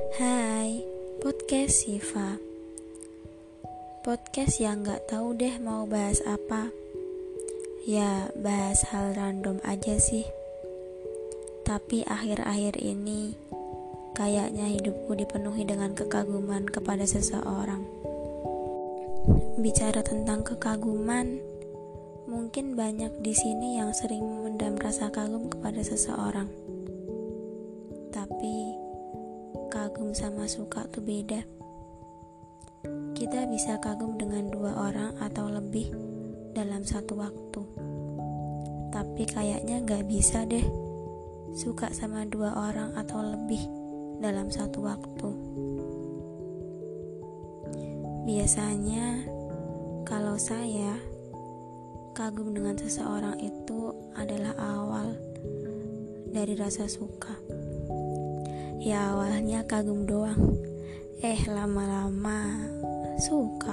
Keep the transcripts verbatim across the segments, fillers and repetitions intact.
Hai, podcast Siva. Podcast yang gak tahu deh mau bahas apa. Ya, bahas hal random aja sih. Tapi akhir-akhir ini kayaknya hidupku dipenuhi dengan kekaguman kepada seseorang. Bicara tentang kekaguman, mungkin banyak di sini yang sering memendam rasa kagum kepada seseorang. Tapi kagum sama suka tuh beda. Kita bisa kagum dengan dua orang atau lebih dalam satu waktu. Tapi kayaknya gak bisa deh suka sama dua orang atau lebih dalam satu waktu. Biasanya kalau saya kagum dengan seseorang itu adalah awal dari rasa suka. Ya awalnya kagum doang, eh lama-lama suka.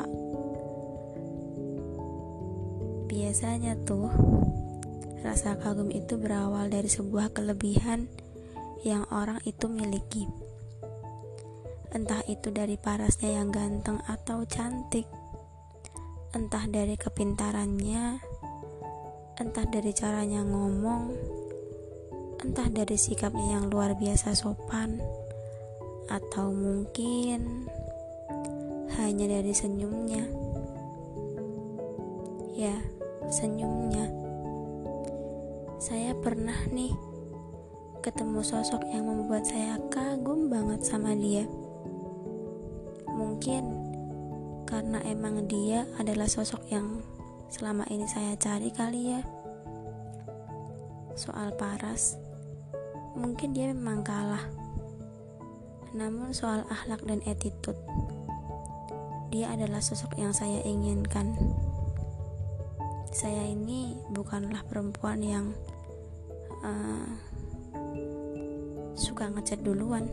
Biasanya tuh rasa kagum itu berawal dari sebuah kelebihan yang orang itu miliki. Entah itu dari parasnya yang ganteng atau cantik, entah dari kepintarannya, entah dari caranya ngomong, entah dari sikapnya yang luar biasa sopan, atau mungkin hanya dari senyumnya. Ya, senyumnya. Saya pernah nih ketemu sosok yang membuat saya kagum banget sama dia. Mungkin karena emang dia adalah sosok yang selama ini saya cari kali ya. Soal paras, mungkin dia memang kalah. Namun soal akhlak dan attitude, dia adalah sosok yang saya inginkan. Saya ini bukanlah perempuan yang uh, suka ngechat duluan.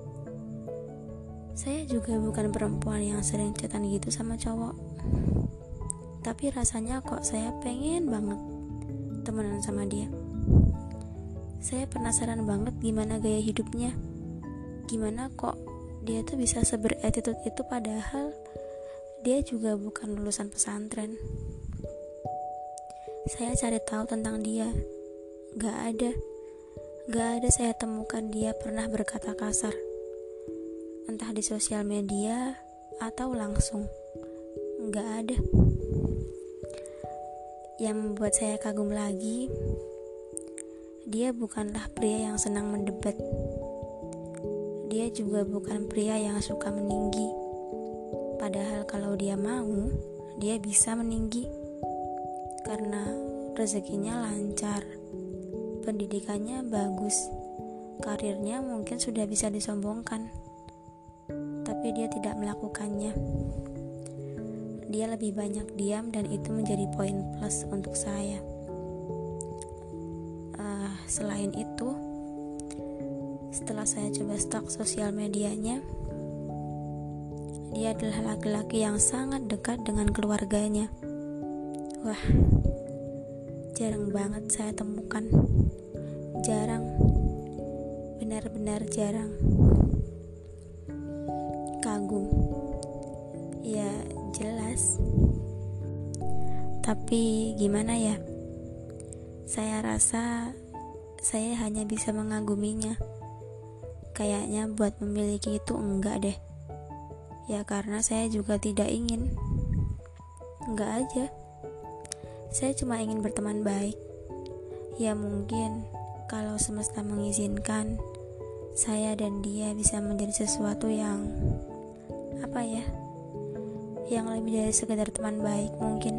Saya juga bukan perempuan yang sering chatan gitu sama cowok. Tapi rasanya kok saya pengen banget temenan sama dia. Saya penasaran banget gimana gaya hidupnya. Gimana kok dia tuh bisa seber-attitude itu padahal dia juga bukan lulusan pesantren. Saya cari tahu tentang dia. Gak ada. Gak ada saya temukan dia pernah berkata kasar. Entah di sosial media atau langsung. Gak ada. Yang membuat saya kagum lagi, dia bukanlah pria yang senang mendebat. Dia juga bukan pria yang suka meninggi. Padahal kalau dia mau, dia bisa meninggi. Karena rezekinya lancar, pendidikannya bagus, karirnya mungkin sudah bisa disombongkan. Tapi dia tidak melakukannya. Dia lebih banyak diam dan itu menjadi poin plus untuk saya. Uh, selain itu, setelah saya coba stalk sosial medianya, dia adalah laki-laki yang sangat dekat dengan keluarganya. Wah, jarang banget saya temukan. Jarang, benar-benar jarang. Kagum, ya jelas. Tapi gimana ya? Saya rasa saya hanya bisa mengaguminya. Kayaknya buat memiliki itu enggak deh. Ya karena saya juga tidak ingin. Enggak aja. Saya cuma ingin berteman baik. Ya mungkin kalau semesta mengizinkan, saya dan dia bisa menjadi sesuatu yang apa ya? Yang lebih dari sekedar teman baik mungkin.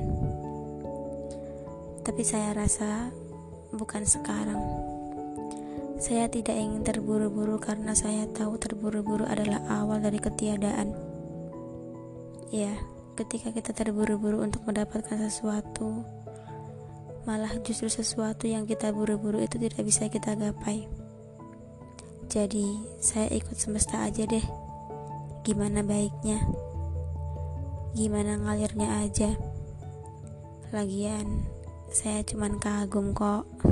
Tapi saya rasa bukan sekarang. Saya tidak ingin terburu-buru karena saya tahu terburu-buru adalah awal dari ketiadaan. Ya, ketika kita terburu-buru untuk mendapatkan sesuatu, malah justru sesuatu yang kita buru-buru itu tidak bisa kita gapai. Jadi, saya ikut semesta aja deh. Gimana baiknya? Gimana ngalirnya aja? Lagian, saya cuman kagum kok.